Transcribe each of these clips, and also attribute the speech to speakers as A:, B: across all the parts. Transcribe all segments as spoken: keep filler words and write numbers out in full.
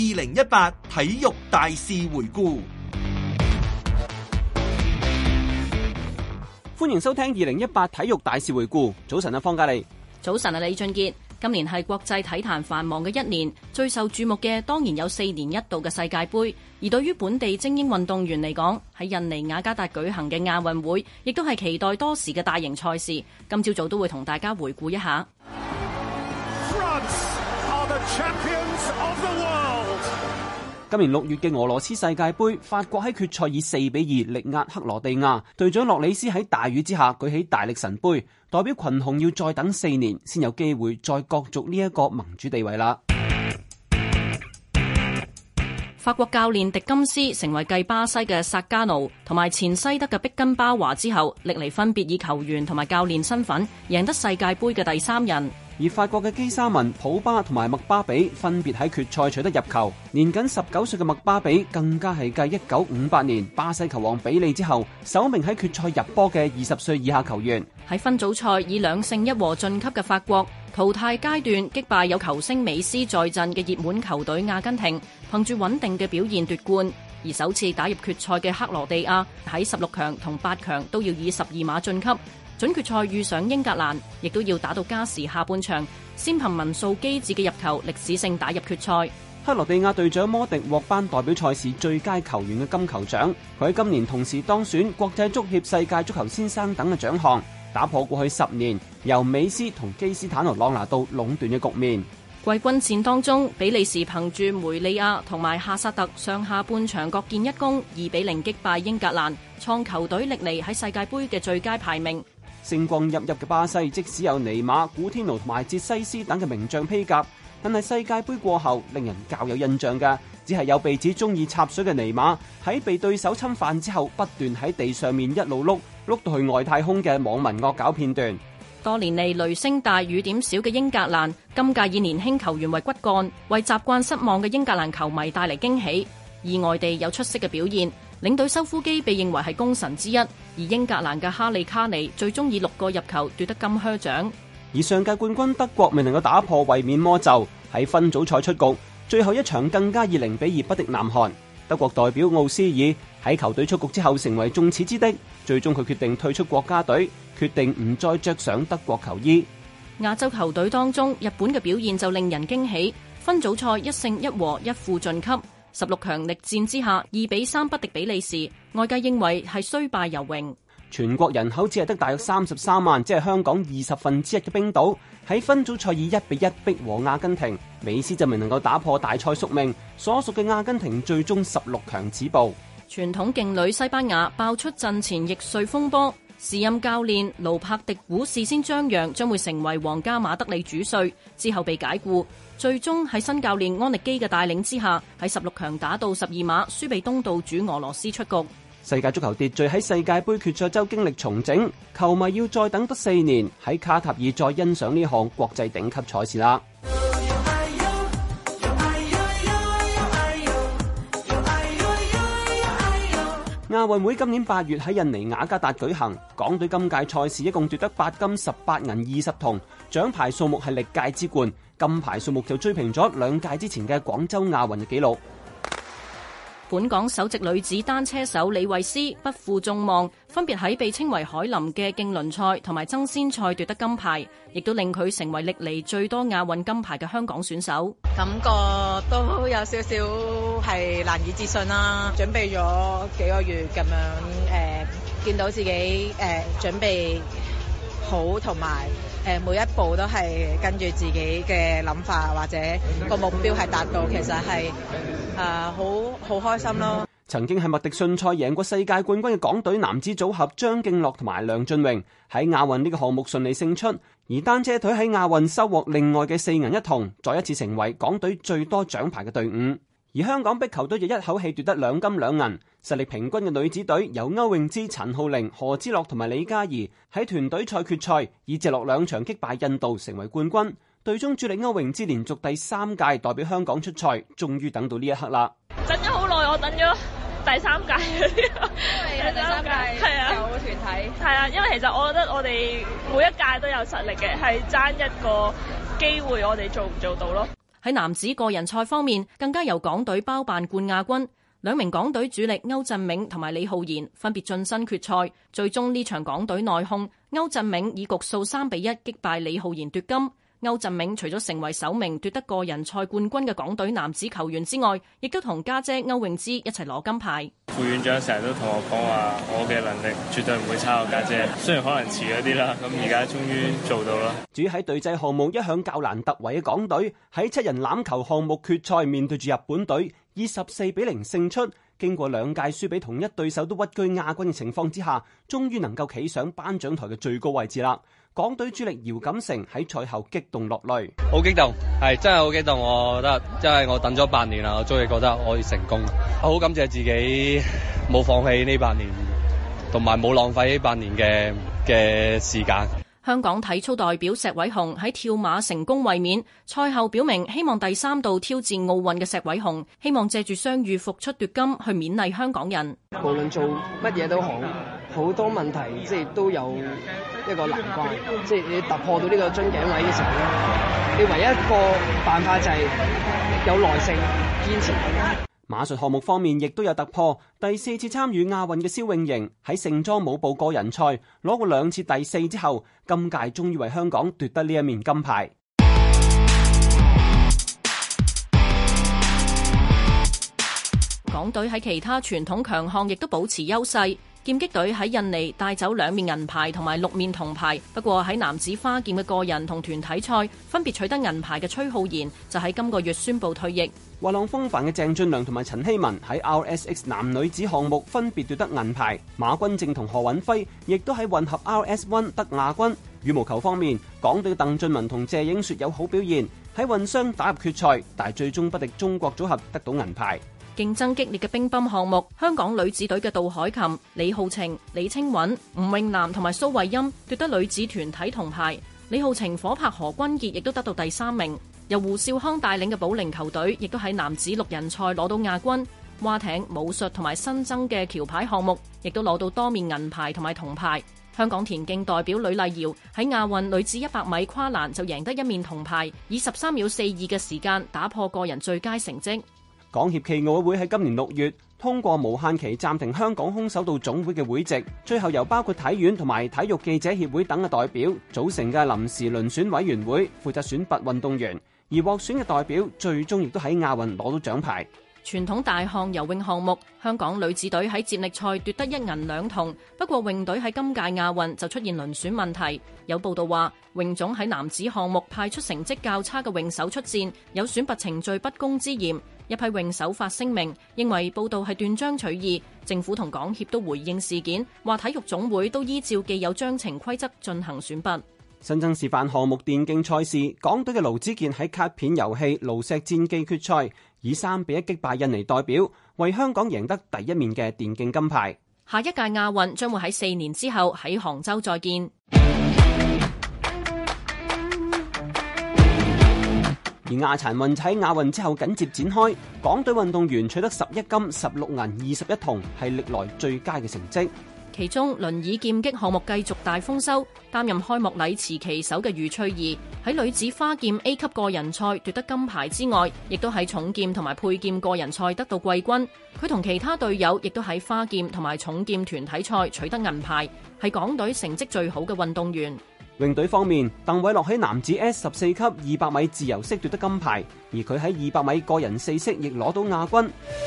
A: 零一八體育大事回顧。
B: 歡迎收聽二零一八體育大事回顧。早晨啊，方嘉莉。
C: 早晨啊，李俊傑。今年係國際體壇繁忙嘅一年，最受注目嘅當然有四年一度嘅世界盃。而對於本地精英運動員嚟講，喺印尼雅加達舉行嘅亞運會，亦都係期待多時嘅大型賽事。今朝早都會同大家回顧一下。
B: 今年六月嘅俄羅斯世界盃，法國喺決賽以四比二力壓克羅地亞，隊長洛里斯喺大雨之下舉起大力神杯，代表群雄要再等四年先有機會再角逐呢一個盟主地位啦。
C: 法國教練迪金斯成為繼巴西嘅薩加奴同埋前西德嘅碧根包華之後，歷嚟分別以球員同埋教練身份贏得世界盃嘅第三人。
B: 而法國嘅基沙文、普巴同埋麥巴比分別喺決賽取得入球，年僅十九歲嘅麥巴比更加係繼一九五八年巴西球王比利之後，首名喺決賽入波嘅二十歲以下球員。
C: 喺分組賽以兩勝一和晉級嘅法國，淘汰階段擊敗有球星美斯在陣嘅熱門球隊阿根廷，憑住穩定嘅表現奪冠。而首次打入決賽嘅克羅地亞喺十六強同八強都要以十二碼晉級。準決賽遇上英格蘭，亦都要打到加時下半場，先憑文素基治嘅入球歷史性打入決賽。
B: 克羅地亞隊長摩迪獲頒代表賽事最佳球員嘅金球獎，佢喺今年同時當選國際足協世界足球先生等嘅獎項，打破過去十年由美斯同基斯坦奴朗拿度壟斷嘅局面。
C: 季軍戰當中，比利時憑住梅利亞同埋夏薩特上下半場各建一功，二比零擊敗英格蘭，創球隊歷嚟喺世界盃嘅最佳排名。
B: 星光熠熠嘅巴西，即使有尼馬、古天奴同埋哲西斯等嘅名將披甲，但係世界盃過後令人較有印象嘅，只係有被指中意插水嘅尼馬喺被對手侵犯之後，不斷喺地上面一路碌碌到去外太空嘅網民惡搞片段。
C: 多年嚟雷聲大雨點少嘅英格蘭，今屆以年輕球員為骨幹，為習慣失望嘅英格蘭球迷帶嚟驚喜。意外地有出色嘅表現，領隊修夫基被認為係功臣之一，而英格蘭嘅哈利卡尼最終以六個入球奪得金靴獎。
B: 而上屆冠軍德國未能夠打破衛冕魔咒，喺分組賽出局，最後一場更加以零比二不敵南韓。德國代表奧斯爾喺球隊出局之後成為眾矢之的，最終佢決定退出國家隊，決定唔再着上德國球衣。
C: 亞洲球隊當中，日本嘅表現就令人驚喜，分組賽一勝一和一負晉級。十六強力戰之下，二比三不敵比利時，外界認為係雖敗猶榮。
B: 全國人口只係得大約三十三萬，即係香港二十分之一嘅冰島，喺分組賽以一比一逼和阿根廷，美斯就未能夠打破大賽宿命，所屬嘅阿根廷最終十六強止步。
C: 傳統勁旅西班牙爆出陣前易帥風波，時任教練盧柏迪古事先張揚將會成為皇家馬德里主帥，之後被解僱。最終喺新教練安力基嘅帶領之下，喺十六強打到十二碼，輸俾東道主俄羅斯出局。
B: 世界足球秩序喺世界盃決賽周經歷重整，球迷要再等得四年，喺卡塔爾再欣賞呢項國際頂級賽事啦。亞運會今年八月喺印尼雅加達舉行，港隊今屆賽事一共奪得八金十八銀二十銅，獎牌數目係歷屆之冠，金牌數目就追平咗兩屆之前嘅廣州亞運嘅紀錄。
C: 本港首席女子單車手李慧詩不負眾望，分別喺被稱為海林嘅競輪賽同埋爭先賽奪得金牌，亦都令佢成為歷嚟最多亞運金牌嘅香港選手。
D: 感覺都有少少係難以置信啦，準備咗幾個月咁樣，誒、呃、見到自己誒、呃、準備好，同埋誒每一步都係跟住自己嘅諗法或者個目標係達到，其實係誒好好開心咯。
B: 曾經喺麥迪遜賽贏過世界冠軍嘅港隊男子組合張敬樂同埋梁俊榮喺亞運呢個項目順利勝出，而單車隊喺亞運收穫另外嘅四銀一銅，再一次成為港隊最多獎牌嘅隊伍。而香港壁球隊就一口氣奪得兩金兩銀，實力平均嘅女子隊由歐詠芝、陳浩鈴、何之樂同埋李嘉怡喺團隊賽決賽以直落兩場擊敗印度成為冠軍。隊中主力歐詠芝連續第三屆代表香港出賽，終於等到呢一刻啦！
E: 等咗好耐，我等咗第三屆嗰啲，
D: 第三屆係啊，有團體
E: 係啊，因為其實我覺得我哋每一屆都有實力嘅，係爭一個機會，我哋做唔做到咯。
C: 喺男子個人賽方面，更加由港隊包辦冠亞軍。兩名港隊主力歐振銘同埋李浩然分別晉身決賽，最終呢場港隊內訌，歐振銘以局數三比一擊敗李浩然奪金。歐振銘除咗成為首名奪得個人賽冠軍嘅港隊男子球員之外，亦都同家姐歐詠芝一齊攞金牌。
F: 副院長成日都同我講話，我嘅能力絕對唔會差我家姐，雖然可能遲咗啲啦，咁而家終於做到啦。
B: 至於喺隊際項目一向較難突圍嘅港隊，喺七人欖球項目決賽面對住日本隊，以十四比零勝出。經過兩屆輸俾同一對手都屈居亞軍嘅情況之下，終於能夠企上頒獎台嘅最高位置啦。港隊主力姚錦成喺賽後激動落淚，
G: 好激動，係真係好激動。我覺得真係我等咗八年啦，我終於覺得可以成功。好感謝自己冇放棄呢八年，同埋冇浪費呢八年嘅嘅時間。
C: 香港體操代表石偉雄喺跳馬成功衛冕，賽後表明希望第三度挑戰奧運嘅石偉雄，希望借住傷癒復出奪金去勉勵香港人。
H: 無論做乜嘢都好，好多問題即係都有一個難關，即係你突破到呢個樽頸位嘅時候咧，你唯一一個辦法就係有耐性堅持。
B: 馬術項目方面亦都有突破，第四次參與亞運嘅蕭穎瑩喺盛裝舞步個人賽攞過兩次第四之後，今屆終於為香港奪得呢一面金牌。
C: 港隊喺其他傳統強項亦都保持優勢。劍擊隊喺印尼帶走兩面銀牌同埋六面銅牌，不過喺男子花劍嘅個人同團體賽分別取得銀牌嘅崔浩然就喺今個月宣布退役。
B: 滑浪風帆嘅鄭俊良同埋陳希文喺 R S X 男女子項目分別奪得銀牌，馬君正同何允輝亦都喺混合 R S 一 得亞軍。羽毛球方面，港隊嘅鄧俊文同謝影雪有好表現，喺混雙打入決賽，但最終不敵中國組合得到銀牌。
C: 競爭激烈嘅乒乓項目，香港女子隊嘅杜凱琹、李皓晴、李清韻、吳詠南同埋蘇慧音奪得女子團體銅牌。李皓晴夥拍何君傑亦都得到第三名。由胡少康帶領嘅保齡球隊亦都喺男子六人賽攞到亞軍。划艇、武術同埋新增嘅橋牌項目亦都攞到多面銀牌同埋銅牌。香港田徑代表呂麗瑤喺亞運女子一百米跨欄就贏得一面銅牌，以十三秒四二嘅時間打破個人最佳成績。
B: 港協暨奧委會喺今年六月通過無限期暫停香港空手道總會嘅會籍，最後由包括體院同埋體育記者協會等嘅代表組成嘅臨時遴選委員會，負責選拔運動員，而獲選嘅代表最終亦都喺亞運攞到獎牌。
C: 傳統大項游泳項目，香港女子隊喺接力賽奪得一銀兩銅，不過泳隊喺今屆亞運就出現遴選問題。有報道話，泳總喺男子項目派出成績較差嘅泳手出戰，有選拔程序不公之嫌。一批泳手發聲明，認為報道係斷章取義。政府同港協都回應事件，話體育總會都依照既有章程規則進行選拔。
B: 新增示範項目電競賽事，港隊嘅盧子健喺卡片遊戲爐石戰記決賽以三比一擊敗印尼代表，為香港贏得第一面嘅電競金牌。
C: 下一屆亞運將會喺四年之後喺杭州再見。而亞殘運喺亞運之後緊接展開，港隊運動員取得十一金、十六銀、二十一銅，係歷來最佳嘅成績。其中輪椅劍擊項目繼續大豐收，擔任開幕禮持旗手嘅余翠怡喺女子花劍 A 級個人賽奪得金牌之外，亦都喺重劍同埋佩劍個人賽得到季軍。佢同其他隊友亦都喺花劍同埋重劍團體賽取得銀牌，係港隊成績最好嘅運動員。泳隊方面，鄧偉樂喺男子 S 十四級二百米自由式奪得金牌，而佢喺二百米個人四式亦攞到亞軍。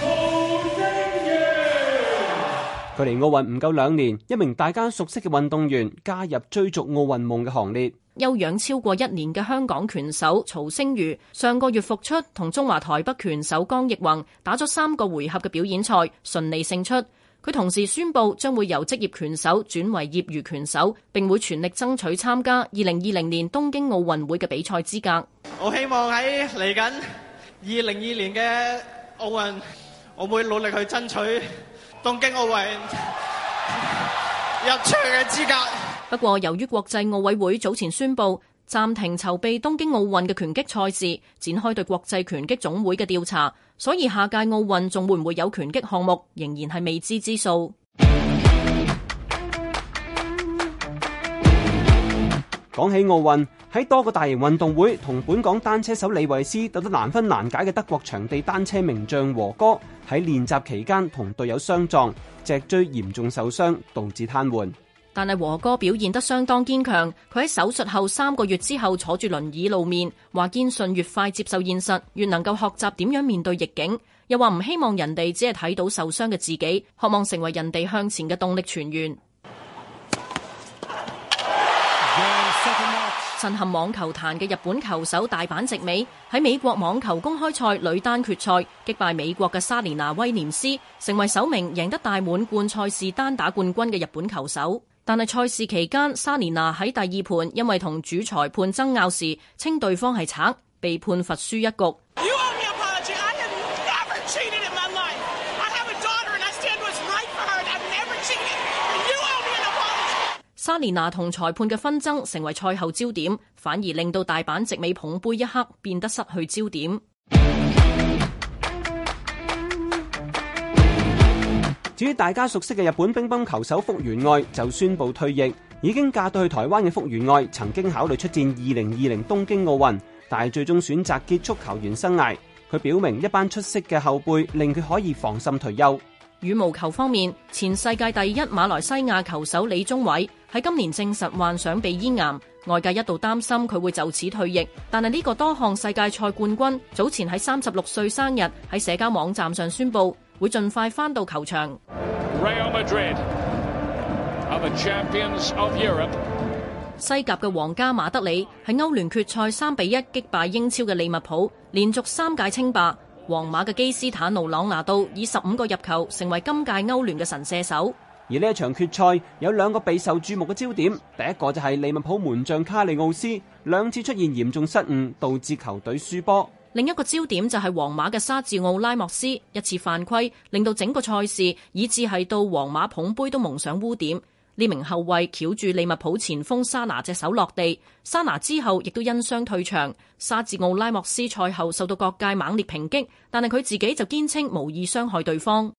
C: 距離奧運唔夠兩年，一名大家熟悉嘅運動員加入追逐奧運夢嘅行列。休養超過一年嘅香港拳手曹星如上個月復出，同中華台北拳手江奕宏打咗三個回合嘅表演賽，順利勝出。佢同時宣布將會由職業拳手轉為業餘拳手，並會全力爭取參加二零二零年東京奧運會嘅比賽資格。
I: 我希望喺嚟緊二零二年嘅奧運，我會努力去爭取東京奧運入場嘅資格。
C: 不過，由於國際奧委會早前宣布暫停籌備東京奧運嘅拳擊賽事，展開對國際拳擊總會嘅調查，所以下屆奧運仲會唔會有拳擊項目，仍然係未知之數。
B: 講起奧運，喺多個大型運動會同本港單車手李慧詩鬥得難分難解嘅德國場地單車名將和哥喺練習期間同隊友相撞，脊椎嚴重受傷，導致癱瘓。
C: 但係和哥表現得相當堅強，佢喺手術後三個月之後坐住輪椅露面，話堅信越快接受現實，越能夠學習點樣面對逆境。又話唔希望人哋只係睇到受傷嘅自己，渴望成為人哋向前嘅動力泉源。震撼網球壇嘅日本球手大阪直美喺美國網球公開賽女單決賽擊敗美國嘅莎蓮娜威廉斯，成為首名贏得大滿貫賽事單打冠軍嘅日本球手。但係賽事期間，莎蓮娜喺第二盤因為同主裁判爭拗時，稱對方係賊，被判罰輸一局。莎蓮娜同裁判嘅紛爭成為賽後焦點，反而令到大阪直美捧杯一刻變得失去焦點。
B: 至於大家熟悉嘅日本乒乓球手福原愛就宣布退役，已經嫁到去台灣嘅福原愛曾經考慮出戰二零二零東京奧運，但係最終選擇結束球員生涯。佢表明一班出色嘅後輩令佢可以放心退休。
C: 羽毛球方面，前世界第一馬來西亞球手李宗偉喺今年證實患上鼻咽癌，外界一度擔心佢會就此退役，但係呢個多項世界賽冠軍早前喺三十六歲生日喺社交網站上宣布會盡快返到球場。
J: Real Madrid are the champions of Europe.
C: 西甲嘅皇家馬德里喺歐聯決賽三比一擊敗英超嘅利物浦，連續三屆稱霸。皇馬嘅基斯坦奴朗拿度以十五個入球成為今屆歐聯嘅神射手。
B: 而呢一場決賽有兩個備受注目嘅焦點，第一個就係利物浦門將卡利奧斯兩次出現嚴重失誤，導致球隊輸波。
C: 另一個焦點就係皇馬嘅沙治奧拉莫斯一次犯規，令到整個賽事以至係到皇馬捧杯都蒙上污點。呢名後衛翹住利物浦前鋒沙拿隻手落地，沙拿之後亦都因傷退場。沙治奧拉莫斯賽後受到各界猛烈抨擊，但係佢自己就堅稱無意傷害對方。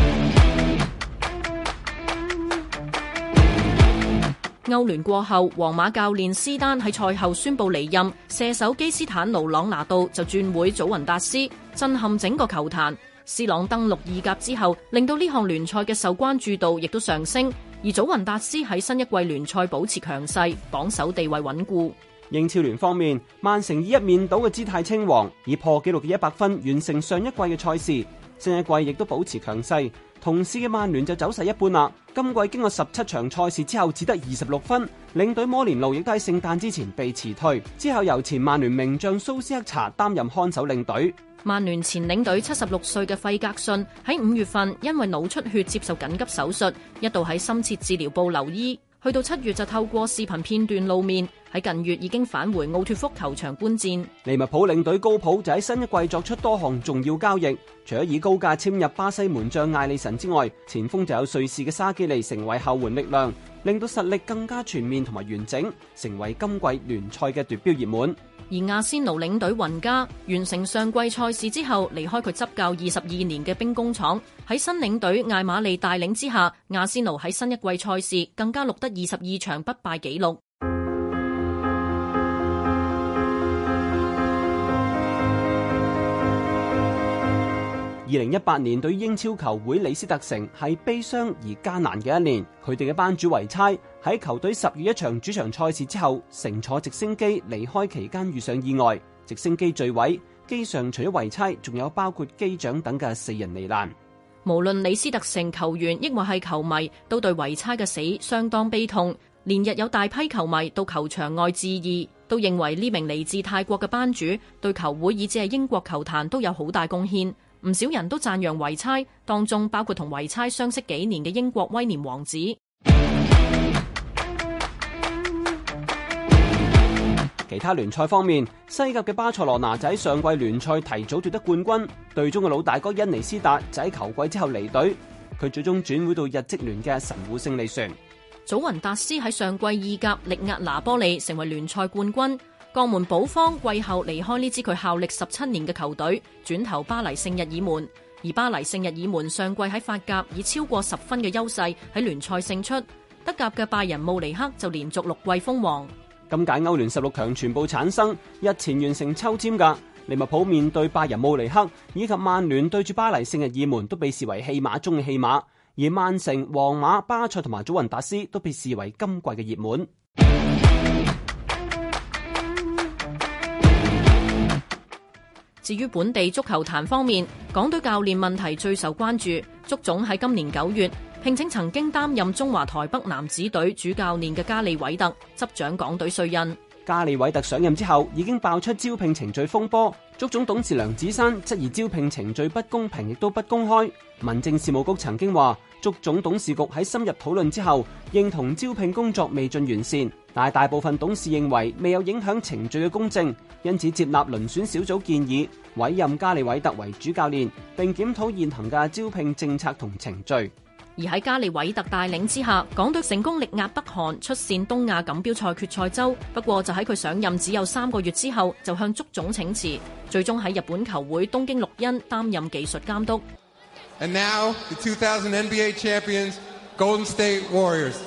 C: 歐聯過後，皇馬教練斯丹喺賽後宣布離任，射手基斯坦奴朗拿度就轉會祖雲達斯，震撼整個球壇。斯朗登陸意甲之後，令到呢項聯賽嘅受關注度亦都上升。而祖雲達斯喺新一季聯賽保持強勢，榜首地位穩固。
B: 英超聯方面，曼城以一面倒嘅姿態稱王，以破紀錄嘅一百分完成上一季嘅賽事。新一季亦都保持強勢，同市嘅曼聯就走勢一般啦。今季經過十七場賽事之後，只得二十六分。領隊摩連奴亦都喺聖誕之前被辭退，之後由前曼聯名將蘇斯克查擔任看守領隊。
C: 曼聯前領隊七十六歲嘅費格遜喺五月份因為腦出血接受緊急手術，一度喺深切治療部留醫。去到七月就透過視頻片段露面，喺近月已經返回奧脫福球場觀戰。
B: 利物浦領隊高普就喺新一季作出多項重要交易，除咗以高價簽入巴西門將艾利臣之外，前鋒就有瑞士嘅沙基利成為後援力量，令到實力更加全面同埋完整，成為今季聯賽嘅奪標熱門。
C: 而阿仙奴領隊雲加完成上季賽事之後，離開佢執教二十二年嘅兵工廠，喺新領隊艾馬利帶領之下，阿仙奴喺新一季賽事更加錄得二十二場不敗紀錄。
B: 二零一八年對於英超球會李斯特城係悲傷而艱難嘅一年，佢哋嘅班主維差喺球隊十月一場主場賽事之後，乘坐直升機離開期間遇上意外，直升機墜毀，機上除咗維差，仲有包括機長等嘅四人罹難。
C: 無論李斯特城球員抑或係球迷，都對維差嘅死相當悲痛。連日有大批球迷到球場外致意，都認為呢名嚟自泰國嘅班主對球會以至係英國球壇都有好大貢獻。唔少人都讚揚維差，當中包括同維差相識幾年嘅英國威廉王子。
B: 其他聯賽方面，西甲嘅巴塞羅那就喺上季聯賽提早奪得冠軍，隊中嘅老大哥恩尼斯達就喺球季之後離隊，佢最終轉會到日職聯嘅神戶勝利船。
C: 祖雲達斯喺上季意甲力壓拿波利，成為聯賽冠軍。國門保方季後離開呢支佢效力十七年嘅球隊，轉投巴黎聖日耳門。而巴黎聖日耳門上季喺法甲以超過十分嘅優勢喺聯賽勝出，德甲嘅拜仁慕尼黑就連續六季封王。
B: 今屆歐聯十六強全部產生，日前完成抽籤㗎。利物浦面對拜仁慕尼黑，以及曼聯對住巴黎聖日耳門都被視為戲碼中嘅戲碼，而曼城、皇馬、巴塞同埋祖雲達斯都被視為今季嘅熱門。
C: 至於本地足球壇方面，港隊教練問題最受關注。足總喺今年九月聘請曾經擔任中華台北男子隊主教練嘅加利韋特執掌港隊帥印。
B: 加利韋特上任之後，已經爆出招聘程序風波。足總董事梁子珊質疑招聘程序不公平，亦都不公開。民政事務局曾經話，足總董事局喺深入討論之後，認同招聘工作未盡完善，但係大部分董事認為未有影響程序嘅公正，因此接納遴選小組建議，委任加利韋特為主教練，並檢討現行嘅招聘政策同程序。
C: 而喺加利韋特帶領之下，港隊成功力壓北韓出線東亞錦標賽決賽周。不過就喺佢上任只有三個月之後，就向足總請辭，最終喺日本球會東京綠茵擔任技術監督。
K: And now the two thousand N B A champions, Golden State Warriors.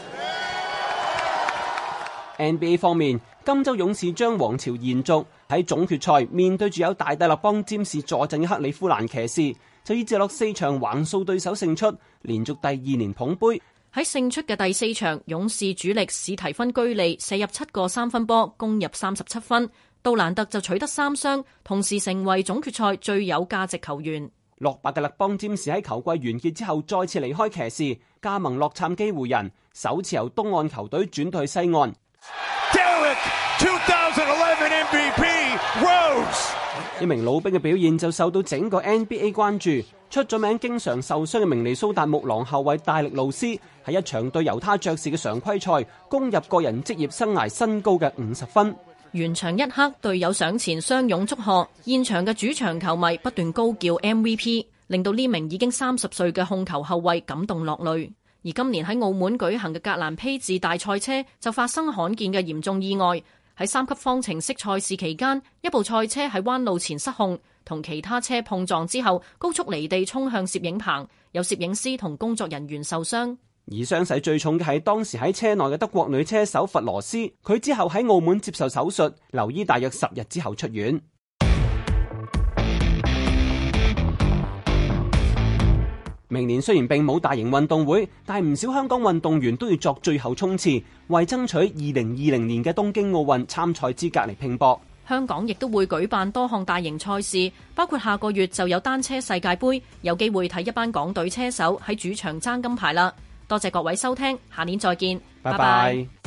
B: N B A 方面，金州勇士將王朝延續，喺總決賽面對住有大帝勒邦占士坐鎮嘅克里夫蘭騎士，就以直落四場橫掃對手勝出，連續第二年捧杯。
C: 喺勝出嘅第四場，勇士主力史提芬居利射入七個三分波，攻入三十七分。杜蘭特就取得三雙，同時成為總決賽最有價值球員。
B: 落敗嘅勒邦占士喺球季完結之後再次離開騎士，加盟洛杉磯湖人，首次由東岸球隊轉隊西岸。
L: twenty eleven M V P Rose
B: 一名老兵嘅表現就受到整個 N B A 關注。出咗名經常受傷嘅明尼蘇達木狼後衛戴力路斯喺一場對猶他爵士嘅常規賽攻入個人職業生涯新高嘅五十分。
C: 完場一刻，隊友上前相擁祝賀，現場嘅主場球迷不斷高叫 M V P， 令到呢名已經三十歲嘅控球後衛感動落淚。而今年喺澳門舉行嘅格蘭披治大賽車就發生罕見嘅嚴重意外。喺三級方程式賽事期間，一部賽車喺彎路前失控，同其他車碰撞之後高速離地衝向攝影棚，有攝影師同工作人員受傷。
B: 而傷勢最重嘅係當時喺車內嘅德國女車手弗羅斯，佢之後喺澳門接受手術，留醫大約十日之後出院。明年雖然並冇大型運動會，但係唔少香港運動員都要作最後衝刺，為爭取二零二零年嘅東京奧運參賽資格嚟拼搏。
C: 香港亦都會舉辦多項大型賽事，包括下個月就有單車世界盃，有機會睇一班港隊車手喺主場爭金牌啦。多謝各位收聽，下年再見，拜拜。